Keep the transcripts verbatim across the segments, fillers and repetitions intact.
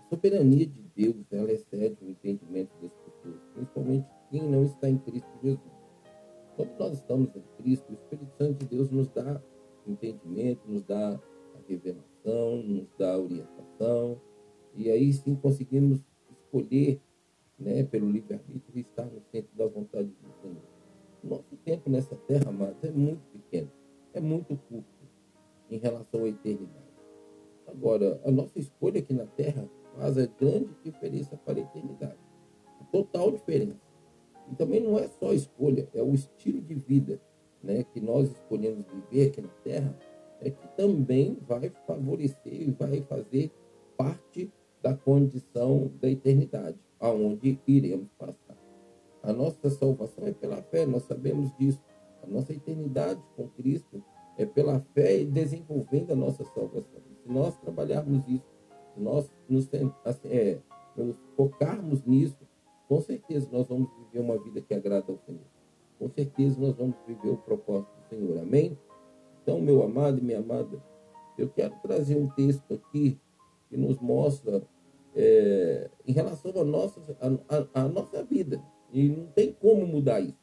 A soberania de Deus, ela excede o entendimento das pessoas, principalmente quem não está em Cristo Jesus. Quando nós estamos em Cristo, o Espírito Santo de Deus nos dá entendimento, nos dá a revelação, nos dá a orientação, e aí sim conseguimos escolher, né, pelo livre-arbítrio, estar no centro da vontade do Senhor. O nosso tempo nessa terra, amados, é muito pequeno, é muito curto em relação à eternidade. Agora, a nossa escolha aqui na terra faz a grande diferença para a eternidade. A total diferença. E também não é só a escolha, é o estilo de vida, né, que nós escolhemos viver aqui na terra, é que também vai favorecer e vai fazer parte da condição da eternidade, aonde iremos passar. A nossa salvação é pela fé, nós sabemos disso. A nossa eternidade com Cristo é pela fé e desenvolvendo a nossa salvação. Se nós trabalharmos isso, se nós nos, assim, é, nos focarmos nisso, com certeza nós vamos viver uma vida que agrada ao Senhor. Com certeza nós vamos viver o propósito do Senhor. Amém? Então, meu amado e minha amada, eu quero trazer um texto aqui que nos mostra é, em relação à nossa, a, a, a nossa vida. E não tem como mudar isso.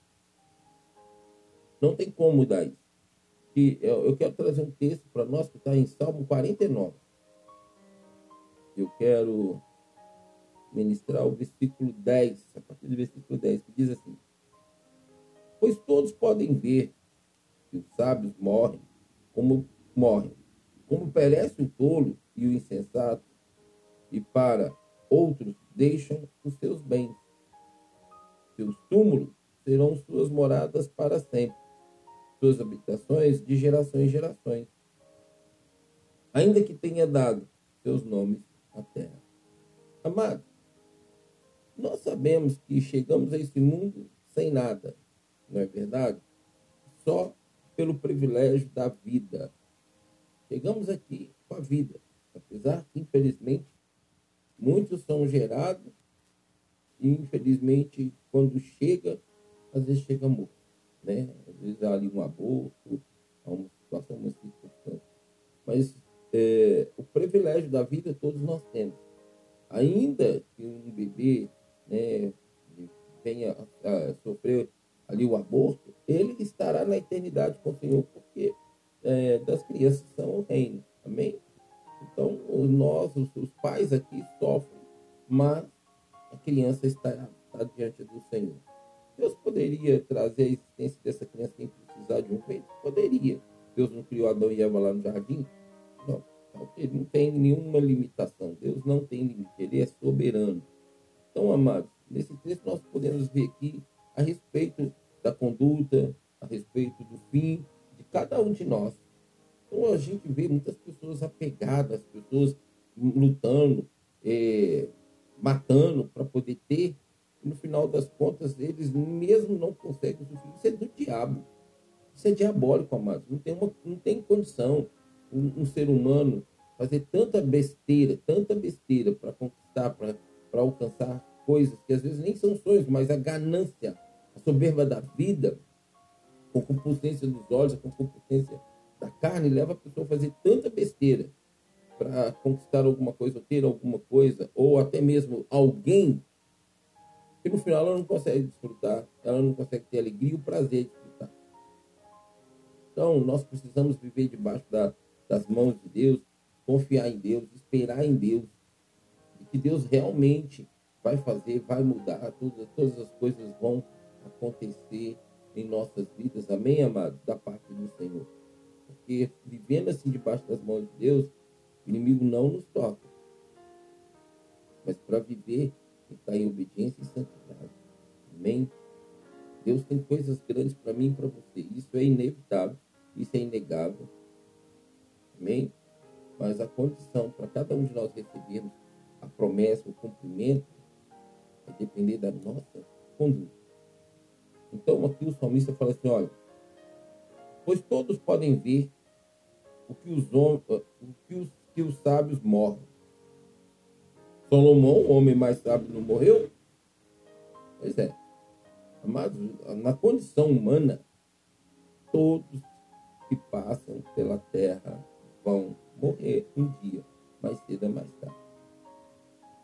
Não tem como mudar isso. E eu, eu quero trazer um texto para nós que está em Salmo quarenta e nove. Eu quero ministrar o versículo dez, a partir do versículo dez, que diz assim: pois todos podem ver que os sábios morrem, como morrem, como perece o tolo e o insensato, e para outros deixam os seus bens. Seus túmulos serão suas moradas para sempre, suas habitações de geração em gerações, ainda que tenha dado seus nomes à terra. Amados, nós sabemos que chegamos a esse mundo sem nada, não é verdade? Só pelo privilégio da vida. Chegamos aqui com a vida, apesar que, infelizmente, muitos são gerados e, infelizmente, quando chega, às vezes chega morto, né? Às vezes há ali um aborto, há uma situação, uma circunstância. Mas é, o privilégio da vida todos nós temos. Ainda que um bebê, né, venha a sofrer ali o aborto, ele estará na eternidade com o Senhor, porque é, das crianças são o reino. Amém? Então, nós, os, os pais aqui sofrem, mas a criança está, está diante do Senhor. Deus poderia trazer a existência dessa criança sem precisar de um peito? Poderia. Deus não criou Adão e Eva lá no jardim? Não. Ele não tem nenhuma limitação. Deus não tem limite. Ele é soberano. Então, amados, nesse texto nós podemos ver aqui a respeito da conduta, a respeito do fim de cada um de nós. Então, a gente vê muitas pessoas apegadas, pessoas lutando, é, matando para poder ter, e no final das contas, eles mesmo não conseguem usufruir. Isso é do diabo. Isso é diabólico, amados. Não tem, uma, não tem condição um, um ser humano fazer tanta besteira, tanta besteira para conquistar, para alcançar coisas que às vezes nem são sonhos, mas a ganância, a soberba da vida, com compulsência dos olhos, com compulsência da carne, leva a pessoa a fazer tanta besteira para conquistar alguma coisa, ou ter alguma coisa, ou até mesmo alguém, que no final ela não consegue desfrutar, ela não consegue ter alegria e o prazer de desfrutar. Então, nós precisamos viver debaixo da, das mãos de Deus, confiar em Deus, esperar em Deus, e que Deus realmente vai fazer, vai mudar, todas, todas as coisas vão acontecer em nossas vidas. Amém, amados? Da parte do Senhor. Porque vivendo assim debaixo das mãos de Deus, o inimigo não nos toca. Mas para viver, tem que estar em obediência e santidade. Amém? Deus tem coisas grandes para mim e para você. Isso é inevitável. Isso é inegável. Amém? Mas a condição para cada um de nós recebermos a promessa, o cumprimento, vai depender da nossa conduta. Então aqui o salmista fala assim, olha, pois todos podem ver o que os, o que os, que os sábios morrem. Salomão, o homem mais sábio, não morreu? Pois é. Amados, na condição humana, todos que passam pela terra vão morrer um dia, mais cedo ou mais tarde.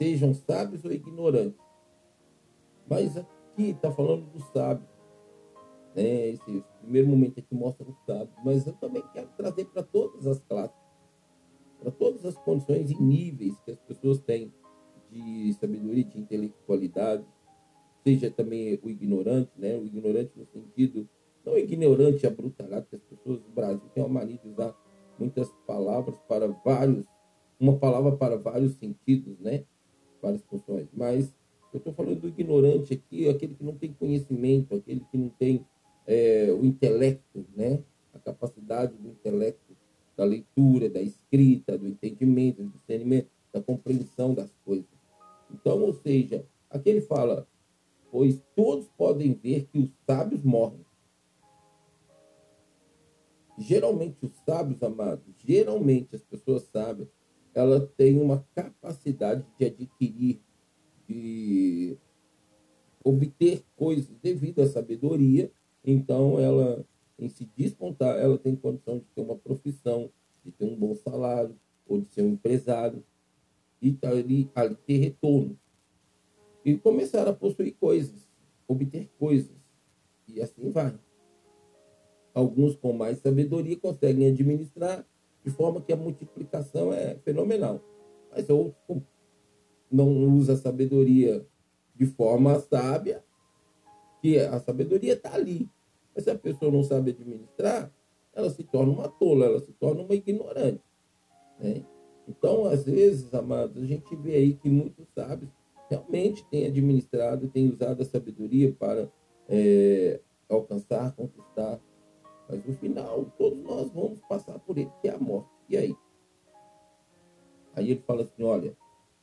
sejam sábios ou ignorantes. Mas aqui está falando dos sábios. Né? Esse, esse primeiro momento aqui mostra os sábios. Mas eu também quero trazer para todas as classes, para todas as condições e níveis que as pessoas têm de sabedoria, de intelectualidade, seja também o ignorante, né? O ignorante no sentido, não ignorante abrutalhado, que as pessoas do Brasil têm a mania de usar muitas palavras para vários, uma palavra para vários sentidos, né? Várias funções. Mas eu estou falando do ignorante aqui, aquele que não tem conhecimento, aquele que não tem é, o intelecto, né? A capacidade do intelecto, da leitura, da escrita, do entendimento, do discernimento, da compreensão das coisas. Então, ou seja, aqui ele fala, pois todos podem ver que os sábios morrem. Geralmente os sábios, amados, geralmente as pessoas sábias, ela tem uma capacidade de adquirir, de obter coisas devido à sabedoria. Então ela, em se despontar, ela tem condição de ter uma profissão, de ter um bom salário, ou de ser um empresário, e ali, ali ter retorno. E começar a possuir coisas, obter coisas, e assim vai. Alguns com mais sabedoria conseguem administrar de forma que a multiplicação é fenomenal. Mas outros não usam a sabedoria de forma sábia, que a sabedoria está ali. Mas se a pessoa não sabe administrar, ela se torna uma tola, ela se torna uma ignorante. Né? Então, às vezes, amados, a gente vê aí que muitos sábios realmente têm administrado, têm usado a sabedoria para é, alcançar, conquistar. Mas no final, todos nós vamos passar por ele, que é a morte. E aí? Aí ele fala assim, olha,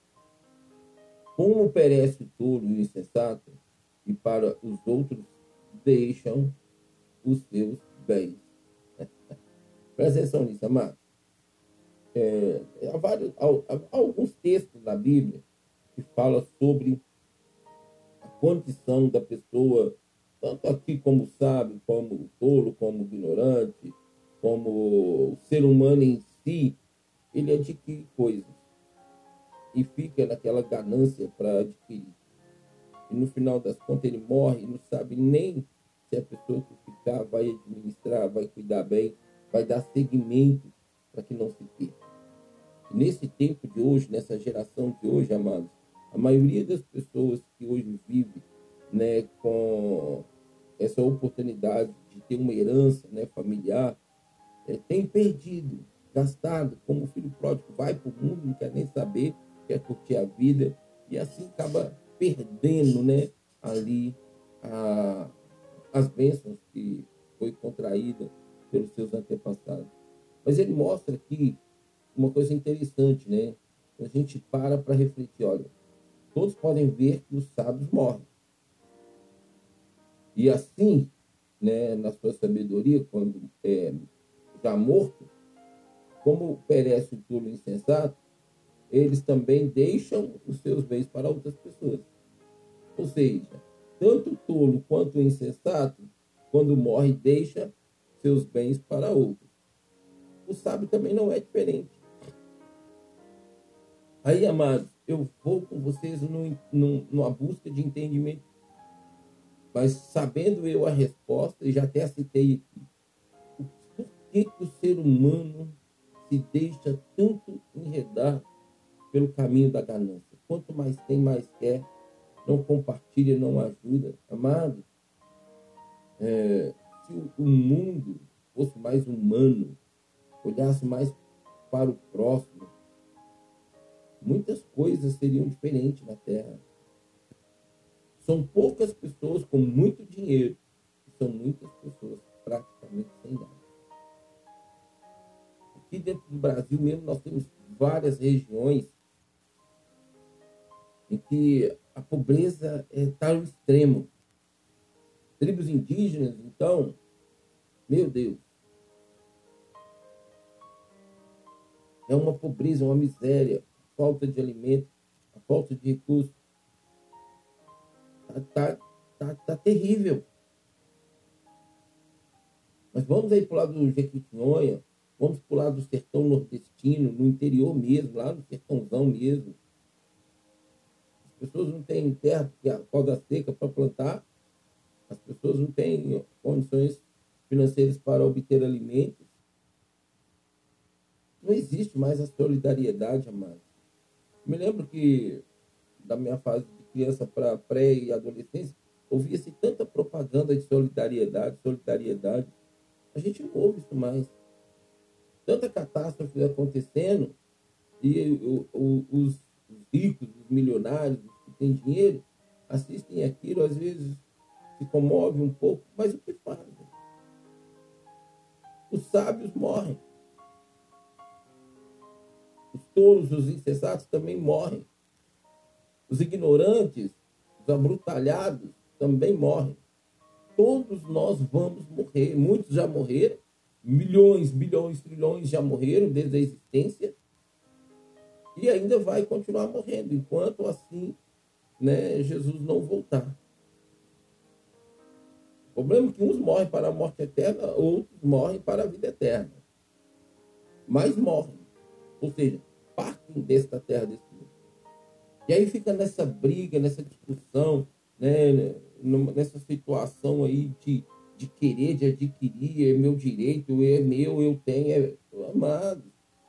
como perece o tolo e o insensato, e para os outros deixam os seus bens. Presta atenção nisso, amado. É, há, vários, há, há alguns textos na Bíblia que falam sobre a condição da pessoa, tanto aqui como sábio, como tolo, como ignorante, como o ser humano em si, ele adquire coisas e fica naquela ganância para adquirir. E no final das contas ele morre e não sabe nem se a pessoa que ficar vai administrar, vai cuidar bem, vai dar seguimento para que não se perca. E nesse tempo de hoje, nessa geração de hoje, amados, a maioria das pessoas que hoje vive, né, com essa oportunidade de ter uma herança, né, familiar, é, tem perdido, gastado, como o filho pródigo vai para o mundo, não quer nem saber, quer curtir a vida, e assim acaba perdendo, né, ali a, as bênçãos que foi contraída pelos seus antepassados. Mas ele mostra aqui uma coisa interessante, né? A gente para para refletir, olha, todos podem ver que os sábios morrem. E assim, né, na sua sabedoria, quando é já morto, como perece o tolo insensato, eles também deixam os seus bens para outras pessoas. Ou seja, tanto o tolo quanto o insensato, quando morre, deixa seus bens para outros. O sábio também não é diferente. Aí, amados, eu vou com vocês no, no, numa busca de entendimento, mas sabendo eu a resposta, e já até citei aqui, por que, que o ser humano se deixa tanto enredar pelo caminho da ganância? Quanto mais tem, mais quer, não compartilha, não ajuda. Amado, é, se o mundo fosse mais humano, olhasse mais para o próximo, muitas coisas seriam diferentes na Terra. São poucas pessoas com muito dinheiro e são muitas pessoas praticamente sem nada. Aqui dentro do Brasil mesmo nós temos várias regiões em que a pobreza está ao extremo. Tribos indígenas, então, meu Deus, é uma pobreza, uma miséria, falta de alimento, a falta de recursos. Tá, tá, tá, tá terrível. Mas vamos aí para o lado do Jequitinhonha, vamos para o lado do sertão nordestino, no interior mesmo, lá no sertãozão mesmo. pessoas não têm terra porque a corda seca para plantar, as pessoas não têm condições financeiras para obter alimentos. Não existe mais a solidariedade, amado. Me lembro que, da minha fase de criança para pré e adolescência, ouvia-se tanta propaganda de solidariedade, solidariedade. A gente não ouve isso mais. Tanta catástrofe acontecendo e o, o, os, os ricos, os milionários, os que têm dinheiro, assistem aquilo, às vezes se comovem um pouco, mas o que fazem? Os sábios morrem. Os tolos, os insensatos também morrem. Os ignorantes, os abrutalhados também morrem. Todos nós vamos morrer. Muitos já morreram. Milhões, bilhões, trilhões já morreram desde a existência. E ainda vai continuar morrendo, enquanto assim, né, Jesus não voltar. O problema é que uns morrem para a morte eterna, outros morrem para a vida eterna. Mas morrem. Ou seja, partem desta terra, desse mundo. E aí fica nessa briga, nessa discussão, né, nessa situação aí de, de querer, de adquirir, é meu direito, é meu, eu tenho, é... Amado,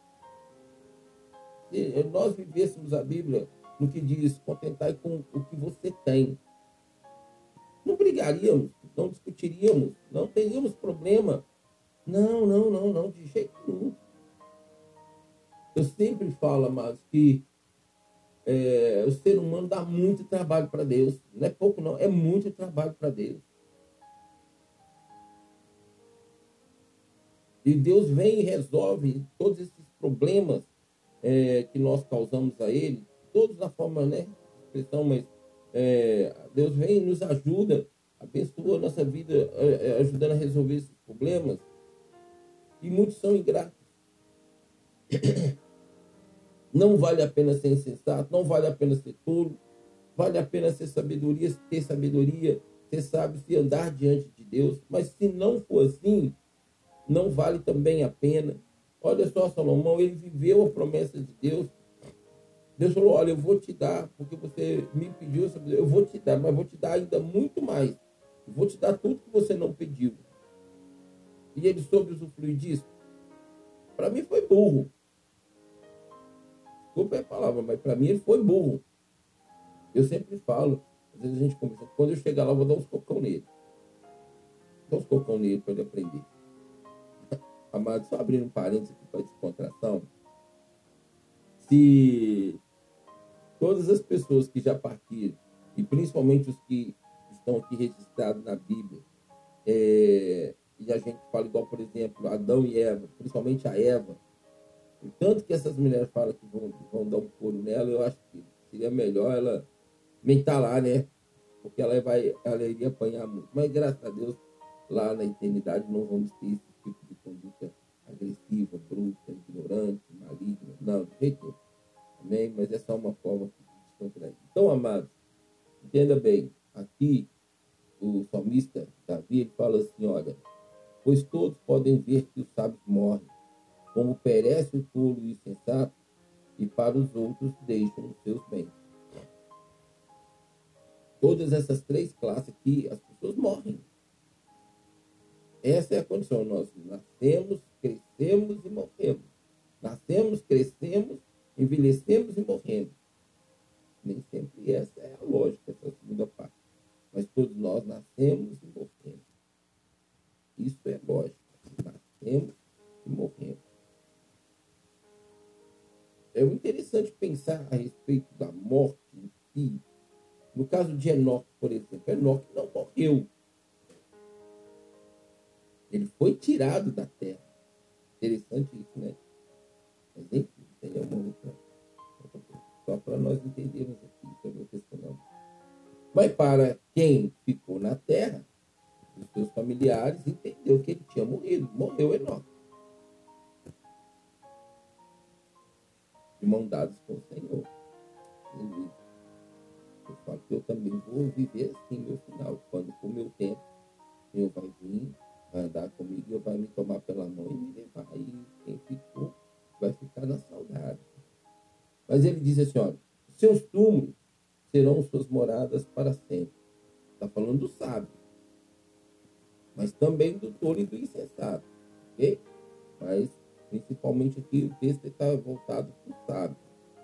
se nós vivêssemos a Bíblia no que diz, contentai com o que você tem, não brigaríamos, não discutiríamos, não teríamos problema. Não, não, não, não, de jeito nenhum. Eu sempre falo, amados, que é, o ser humano dá muito trabalho para Deus. Não é pouco, não. É muito trabalho para Deus. E Deus vem e resolve todos esses problemas é, que nós causamos a Ele, todos na forma, né, de expressão, mas é, Deus vem e nos ajuda, abençoa a nossa vida, é, ajudando a resolver esses problemas. E muitos são ingratos. Não vale a pena ser insensato, não vale a pena ser tolo, vale a pena ser sabedoria, ter sabedoria, ser sábio, se andar diante de Deus. Mas se não for assim, não vale também a pena. Olha só, Salomão, ele viveu a promessa de Deus. Deus falou, olha, eu vou te dar, porque você me pediu, eu vou te dar, mas vou te dar ainda muito mais. Eu vou te dar tudo que você não pediu. E ele soube usufruir disso. Para mim foi burro. Desculpa a palavra, mas para mim ele foi burro. Eu sempre falo, às vezes a gente conversa, quando eu chegar lá eu vou dar uns cocão nele. Dá uns cocão nele para ele aprender. Amado, só abrindo um parênteses aqui para descontração. Se todas as pessoas que já partiram, e principalmente os que estão aqui registrados na Bíblia, é, e a gente fala igual, por exemplo, Adão e Eva, principalmente a Eva, o tanto que essas mulheres falam que vão, vão dar um couro nela, eu acho que seria melhor ela mentar lá, né? Porque ela, vai, ela iria apanhar muito. Mas, graças a Deus, lá na eternidade não vamos ter esse tipo de conduta agressiva, bruta, ignorante, maligna. Não, de jeito nenhum. Amém? Mas é só uma forma de descontrair. Então, amados, entenda bem. Aqui, o salmista Davi, ele fala assim, olha, pois todos podem ver que os sábios morrem, como perece o tolo e o insensato, e para os outros deixam os seus bens. Todas essas três classes aqui, as pessoas morrem. Essa é a condição. Nós nascemos, crescemos e morremos. Nascemos, crescemos, envelhecemos e morremos. Nem sempre essa é a lógica, essa segunda parte. Mas todos nós nascemos e morremos. Isso é lógico. Nascemos e morremos. É interessante pensar a respeito da morte em si. No caso de Enoque, por exemplo, Enoque não morreu. Ele foi tirado da terra. Interessante isso, né? Mas enfim, tem uma outra. Só para nós entendermos aqui sobre a questão. Mas para quem ficou na terra, os seus familiares entendeu que ele tinha morrido. Morreu Enoque. De mão dadas com o Senhor. Eu falo que eu também vou viver assim meu final. Quando for meu tempo, o Senhor vai vir, vai andar comigo, e vai me tomar pela mão e me levar. E quem ficou vai ficar na saudade. Mas ele diz assim, olha, seus túmulos serão suas moradas para sempre. Está falando do sábio, mas também do tolo e do insensato, ok? Mas, principalmente aqui, o texto está voltado para o sábio.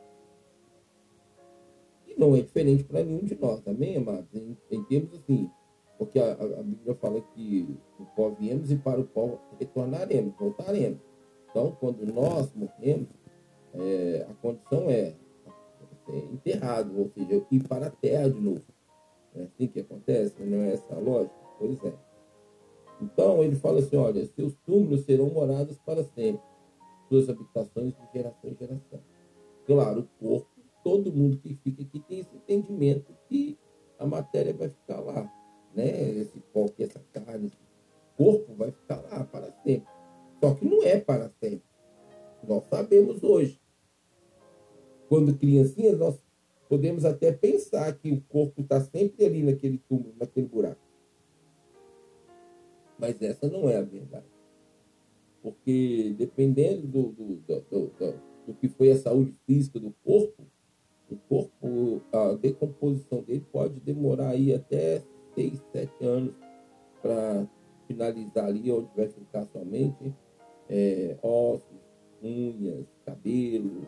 E não é diferente para nenhum de nós, amém, amados? Em, em termos assim, porque a, a Bíblia fala que do pó viemos e para o pó retornaremos, voltaremos. Então, quando nós morremos, é, a condição é ser enterrado, ou seja, ir para a terra de novo. É assim que acontece? Não é essa a lógica? Pois é. Então, ele fala assim, olha, seus túmulos serão moradas para sempre, suas habitações de geração em geração. Claro, o corpo, todo mundo que fica aqui tem esse entendimento que a matéria vai ficar lá, né? Esse pó, essa carne, esse corpo vai ficar lá para sempre. Só que não é para sempre. Nós sabemos hoje. Quando criancinhas, nós podemos até pensar que o corpo está sempre ali naquele túmulo, naquele buraco. Mas essa não é a verdade. Porque dependendo do, do, do, do, do, do que foi a saúde física do corpo, o corpo, a decomposição dele pode demorar aí até seis, sete anos para finalizar ali, onde vai ficar somente é, ossos, unhas, cabelo.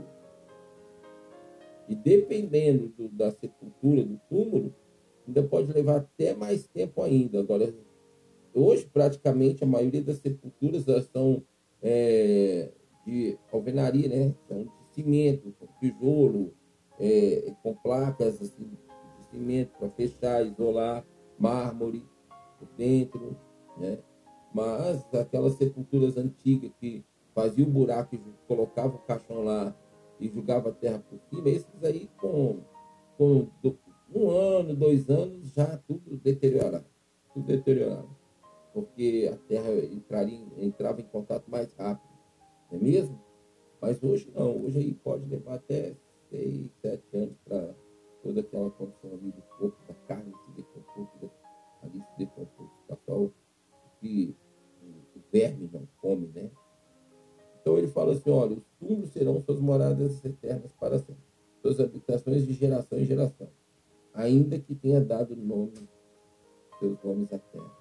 E dependendo do, da sepultura, do túmulo, ainda pode levar até mais tempo ainda. Agora, hoje, praticamente, a maioria das sepulturas são é, de alvenaria, né? São de cimento, com tijolo, é, com placas assim, de cimento para fechar, isolar, mármore por dentro, né? Mas aquelas sepulturas antigas que fazia o buraco e colocava o caixão lá e jogava a terra por cima, esses aí com, com um ano, dois anos, já tudo deteriorado. Tudo deteriorado. Porque a terra entraria, entrava em contato mais rápido, não é mesmo? Mas hoje não, hoje aí pode levar até seis, sete anos para toda aquela condição ali do corpo, da carne se decompor, ali se decompor, ficar só o que o verme não come, né? Então ele fala assim, olha, os túmulos serão suas moradas eternas para sempre, suas habitações de geração em geração, ainda que tenha dado nome, seus nomes à terra.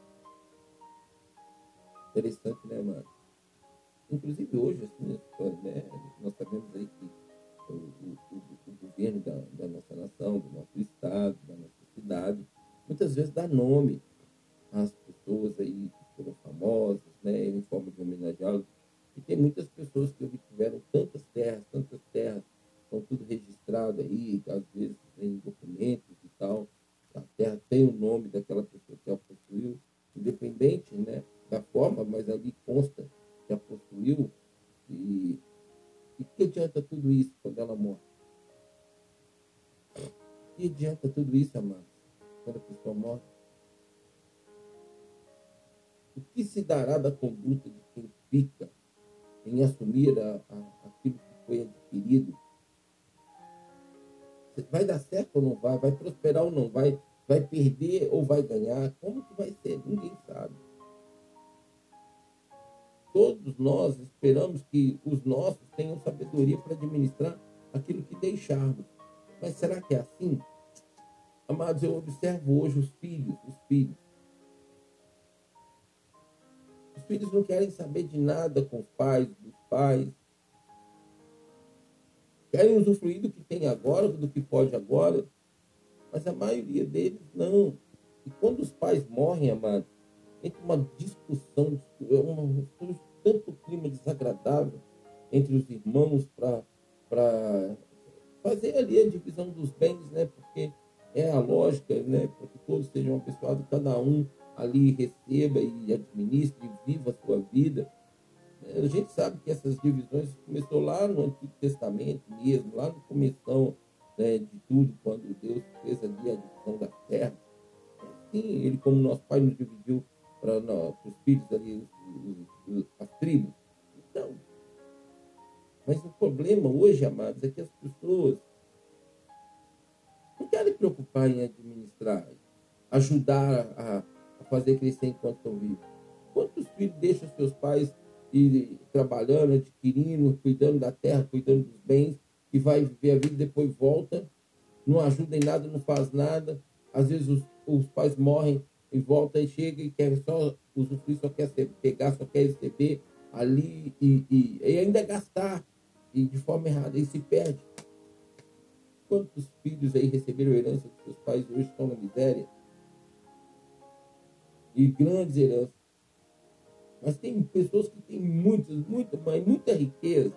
Interessante, né, mano? Inclusive hoje, assim, né, nós sabemos aí que o, o, o, o governo da, da nossa nação, do nosso estado, da nossa cidade, muitas vezes dá nome às pessoas aí que foram famosas, né, em forma de homenageá-los. E tem muitas pessoas que obtiveram tantas terras, tantas terras, estão tudo registrado aí, às vezes em documentos e tal. A terra tem o nome daquela pessoa que a possuiu, independente, né, da forma, mas ali consta que a possuiu. E, e que adianta tudo isso quando ela morre? Que adianta tudo isso, amados, quando a pessoa morre? O que se dará da conduta de quem fica em assumir a, a, aquilo que foi adquirido? Vai dar certo ou não vai? Vai prosperar ou não vai? Vai perder ou vai ganhar? Como que vai ser? Ninguém sabe. Todos nós esperamos que os nossos tenham sabedoria para administrar aquilo que deixarmos. Mas será que é assim? Amados, eu observo hoje os filhos, os filhos. Os filhos não querem saber de nada com os pais, dos pais. Querem usufruir do que tem agora, do que pode agora. Mas a maioria deles não. E quando os pais morrem, amados, entra uma discussão, uma, tanto clima desagradável entre os irmãos para fazer ali a divisão dos bens, né? Porque é a lógica, né? Para que todos sejam abençoados, cada um ali receba e administre e viva a sua vida. A gente sabe que essas divisões começou lá no Antigo Testamento mesmo, lá no começo, né, de tudo, quando Deus fez ali a divisão da terra. Assim, ele, como nosso pai, nos dividiu para os filhos ali, os, os, as tribos. Então, mas o problema hoje, amados, é que as pessoas não querem preocupar em administrar, ajudar a, a fazer crescer enquanto estão vivos. Quantos filhos deixam seus pais ir trabalhando, adquirindo, cuidando da terra, cuidando dos bens, e vai viver a vida e depois volta, não ajuda em nada, não faz nada. Às vezes os, os pais morrem e volta e chega e quer só usufruir, só quer pegar, só quer receber ali e, e, e ainda gastar e de forma errada e se perde. Quantos filhos aí receberam herança dos seus pais hoje estão na miséria? E grandes heranças. Mas tem pessoas que têm muitas, muita, mas muita riqueza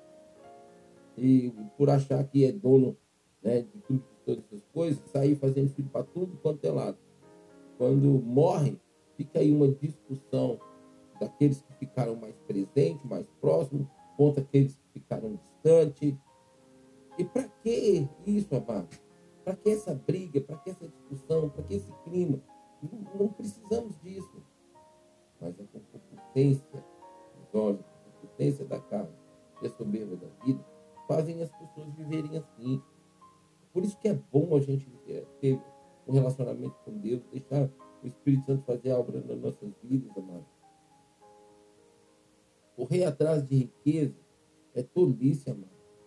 e por achar que é dono, né, de tudo, de todas essas coisas, sair fazendo filho para tudo quanto é lado. Quando morre, fica aí uma discussão daqueles que ficaram mais presentes, mais próximos, contra aqueles que ficaram distantes. E para que isso, amado? Para que essa briga? Para que essa discussão? Para que esse clima? Não, não precisamos disso. Mas a concupiscência dos olhos, a concupiscência da carne e a soberba da vida fazem as pessoas viverem assim. Por isso que é bom a gente ter um relacionamento com Deus, deixar o Espírito Santo fazer a obra nas nossas vidas, amado. Correr atrás de riqueza é tolice, amado.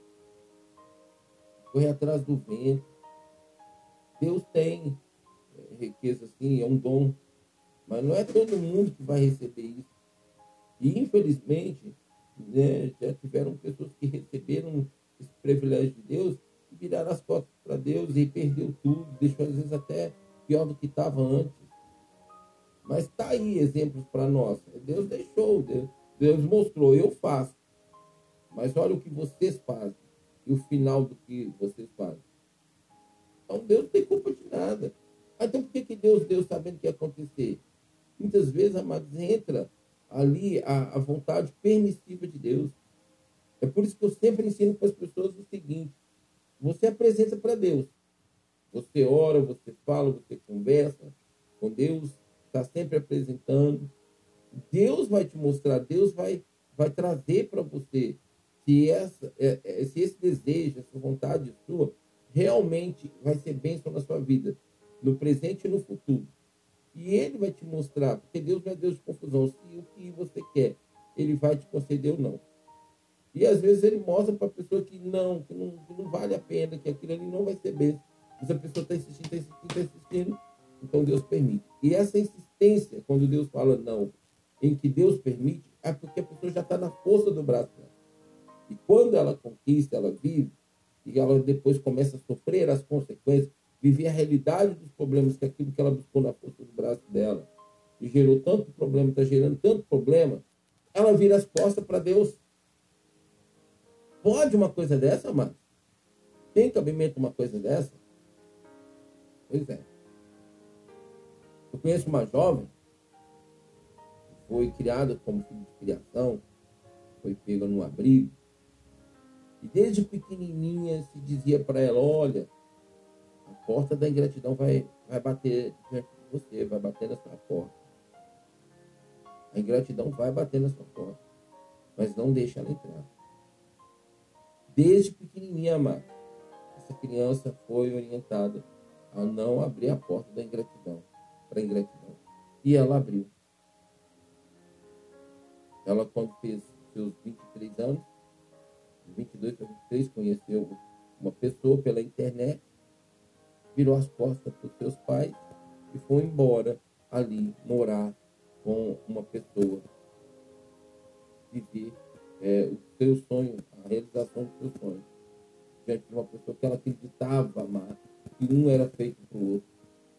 Correr atrás do vento. Deus tem é, riqueza, sim, é um dom. Mas não é todo mundo que vai receber isso. E, infelizmente, né, já tiveram pessoas que receberam esse privilégio de Deus e viraram as costas para Deus e perdeu tudo, deixou às vezes até pior do que estava antes. Mas está aí exemplos para nós. Deus deixou, Deus, Deus mostrou, eu faço. Mas olha o que vocês fazem e o final do que vocês fazem. Então Deus não tem culpa de nada. Mas então por que, que Deus deu sabendo o que ia acontecer? Muitas vezes, amados, entra ali a, a vontade permissiva de Deus. É por isso que eu sempre ensino para as pessoas o seguinte: você apresenta para Deus. Você ora, você fala, você conversa com Deus, está sempre apresentando. Deus vai te mostrar, Deus vai, vai trazer para você se, essa, se esse desejo, essa vontade sua, realmente vai ser bênção na sua vida, no presente e no futuro. E Ele vai te mostrar, porque Deus não é Deus de confusão. Se o que você quer, Ele vai te conceder ou não. E às vezes Ele mostra para a pessoa que não, que não, que não vale a pena, que aquilo ali não vai ser bênção. Mas a pessoa está insistindo, está insistindo, está insistindo, então Deus permite. E essa insistência, quando Deus fala não, em que Deus permite, é porque a pessoa já está na força do braço dela. E quando ela conquista, ela vive, e ela depois começa a sofrer as consequências, viver a realidade dos problemas, que aquilo que ela buscou na força do braço dela, e gerou tanto problema, está gerando tanto problema, ela vira as costas para Deus. Pode uma coisa dessa, amado? Tem cabimento uma coisa dessa? Pois é. Eu conheço uma jovem que foi criada como filho de criação, foi pega num abrigo, e desde pequenininha se dizia para ela: olha, a porta da ingratidão vai, vai bater diante de você, vai bater na sua porta. A ingratidão vai bater na sua porta, mas não deixa ela entrar. Desde pequenininha, amado, essa criança foi orientada a não abrir a porta da ingratidão, para a ingratidão. E ela abriu. Ela, quando fez seus vinte e três anos, vinte e dois para vinte e três, conheceu uma pessoa pela internet, virou as costas para os seus pais e foi embora ali morar com uma pessoa, viver é, o seu sonho, a realização do seu sonho, diante de uma pessoa que ela acreditava amar, que um era feito para o outro.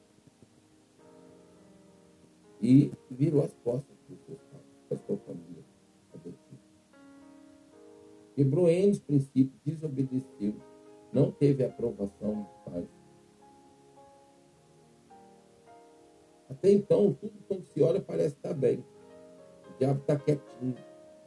E virou as costas para os seus pais, para a sua família adotiva. Quebrou N princípios, desobedeceu, não teve aprovação dos pais. Até então, tudo quando se olha parece estar bem. O diabo está quietinho.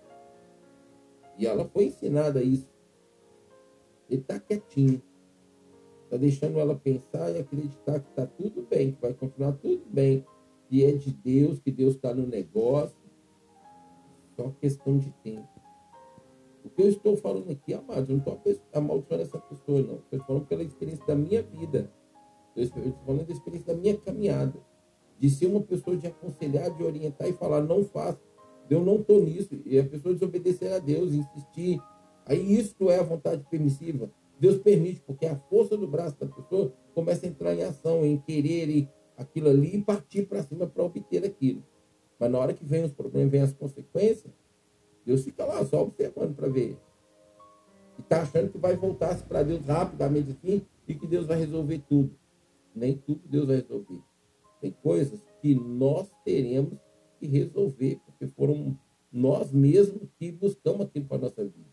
E ela foi ensinada a isso. Ele está quietinho. Está deixando ela pensar e acreditar que está tudo bem, que vai continuar tudo bem, que é de Deus, que Deus está no negócio. Só questão de tempo. O que eu estou falando aqui, amados, eu não estou amaldiçoando essa pessoa, não. Estou falando pela experiência da minha vida. Estou falando da experiência da minha caminhada. De ser uma pessoa de aconselhar, de orientar e falar: não faça. Eu não estou nisso. E a pessoa desobedecer a Deus, insistir. Aí isso é a vontade permissiva. Deus permite, porque é a força força do braço da pessoa começa a entrar em ação, em querer aquilo ali e partir para cima para obter aquilo. Mas na hora que vem os problemas, vem as consequências, Deus fica lá só observando para ver. E está achando que vai voltar para Deus rapidamente assim e que Deus vai resolver tudo. Nem tudo Deus vai resolver. Tem coisas que nós teremos que resolver, porque foram nós mesmos que buscamos aquilo para a nossa vida.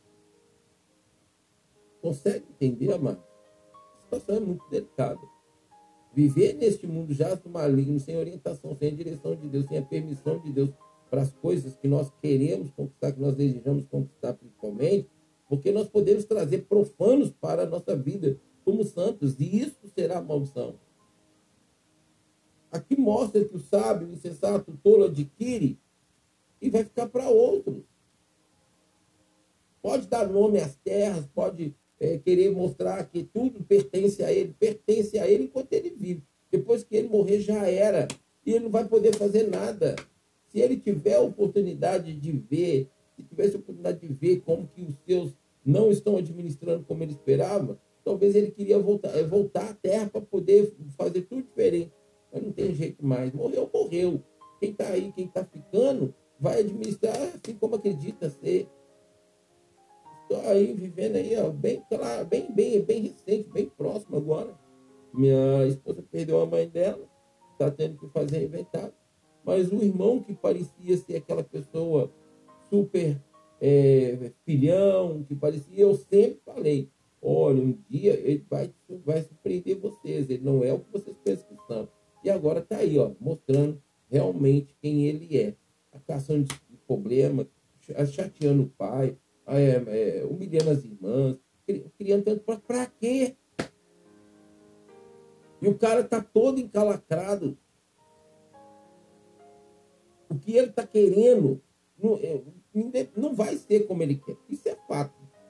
Consegue entender, amado? A situação é muito delicada. Viver neste mundo já do maligno, sem orientação, sem a direção de Deus, sem a permissão de Deus para as coisas que nós queremos conquistar, que nós desejamos conquistar principalmente, porque nós podemos trazer profanos para a nossa vida como santos, e isso será maldição. Aqui mostra que o sábio, o insensato, o tolo adquire e vai ficar para outros. Pode dar nome às terras, pode é, querer mostrar que tudo pertence a ele, pertence a ele enquanto ele vive. Depois que ele morrer, já era. E ele não vai poder fazer nada. Se ele tiver a oportunidade de ver, se tivesse a oportunidade de ver como que os seus não estão administrando como ele esperava, talvez ele queria voltar, voltar à terra para poder fazer tudo diferente. Mas não tem jeito mais. Morreu, morreu. Quem está aí, quem está ficando, vai administrar assim como acredita ser. Estou aí vivendo aí, ó, bem claro, bem, bem, bem recente, bem próximo agora. Minha esposa perdeu a mãe dela, está tendo que fazer inventado. Mas o irmão que parecia ser aquela pessoa super é, filhão, que parecia, eu sempre falei, olha, um dia ele vai, vai surpreender vocês, ele não é o que vocês pensam que são. E agora está aí, ó, mostrando realmente quem ele é. A caçando de problema, chateando o pai, é, é, humilhando as irmãs, criando tanto para pra quê? E o cara tá todo encalacrado. O que ele tá querendo não, não vai ser como ele quer. Isso é fato.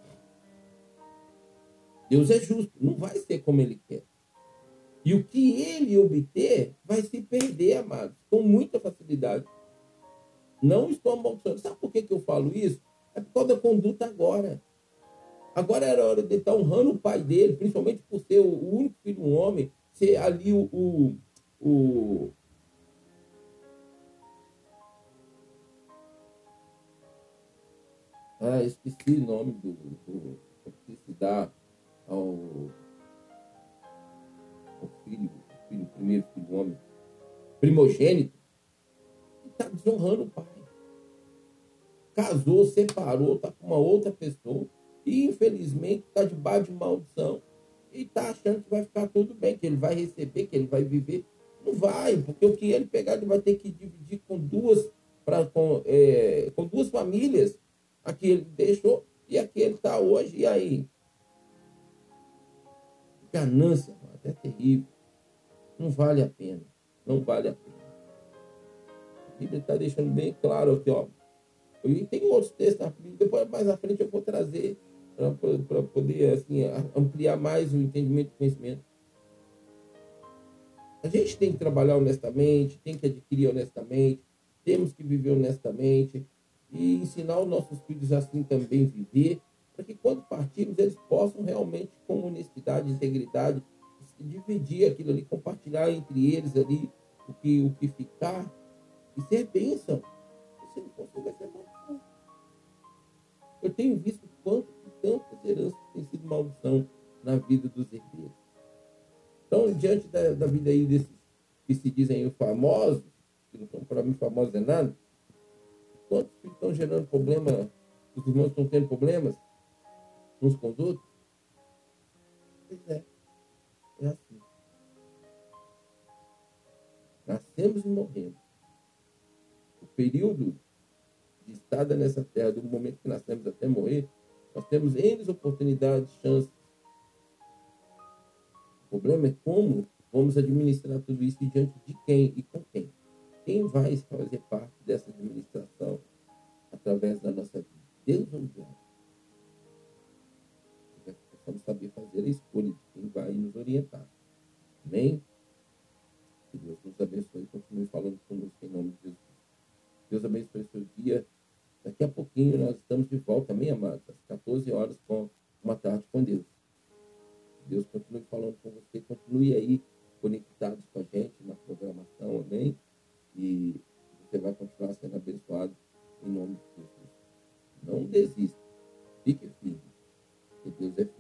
Deus é justo, não vai ser como ele quer. E o que ele obter vai se perder, amados, com muita facilidade. Não estou amaldiçoando. Sabe por que, que eu falo isso? É por causa da conduta agora. Agora era hora de estar honrando o pai dele, principalmente por ser o único filho um homem, ser ali o... o, o ah, esqueci o nome do... do que se dá ao, ao filho, filho, o primeiro filho homem, primogênito, e está desonrando o pai. Casou, separou, está com uma outra pessoa e, infelizmente, está debaixo de maldição e está achando que vai ficar tudo bem, que ele vai receber, que ele vai viver. Não vai, porque o que ele pegar, ele vai ter que dividir com duas, pra, com, é, com duas famílias, a que ele deixou e a que ele está hoje. E aí? Ganância, mano, é terrível. Não vale a pena. Não vale a pena. A Bíblia está deixando bem claro aqui, ó. E tem outros textos na Bíblia, depois mais à frente eu vou trazer para poder assim, ampliar mais o entendimento e conhecimento. A gente tem que trabalhar honestamente, tem que adquirir honestamente, temos que viver honestamente e ensinar os nossos filhos assim também viver, para que quando partirmos eles possam realmente, com honestidade, integridade, dividir aquilo ali, compartilhar entre eles ali o que, o que ficar e ser bênção. Se não for, vai ser maldição. Eu tenho visto quanto que tantas heranças têm sido maldição na vida dos herdeiros. Então, diante da, da vida aí desses que se dizem famosos, que não são para mim famosos é nada, quantos que estão gerando problema, os irmãos estão tendo problemas uns com os outros? Pois é, é assim. Nascemos e morremos. O período de estada nessa terra, do momento que nascemos até morrer, nós temos N oportunidades, chances. O problema é como vamos administrar tudo isso e diante de quem e com quem. Quem vai fazer parte dessa administração através da nossa vida? Deus ou o diabo? Precisamos saber fazer a escolha de quem vai nos orientar. Amém? Que Deus nos abençoe e continue falando conosco em nome de Jesus. Deus abençoe o seu dia. Daqui a pouquinho nós estamos de volta, amém, amados? Às quatorze horas com uma tarde com Deus. Deus continue falando com você, continue aí conectados com a gente na programação, amém? E você vai continuar sendo abençoado em nome de Jesus. Não desista, fique firme, porque Deus é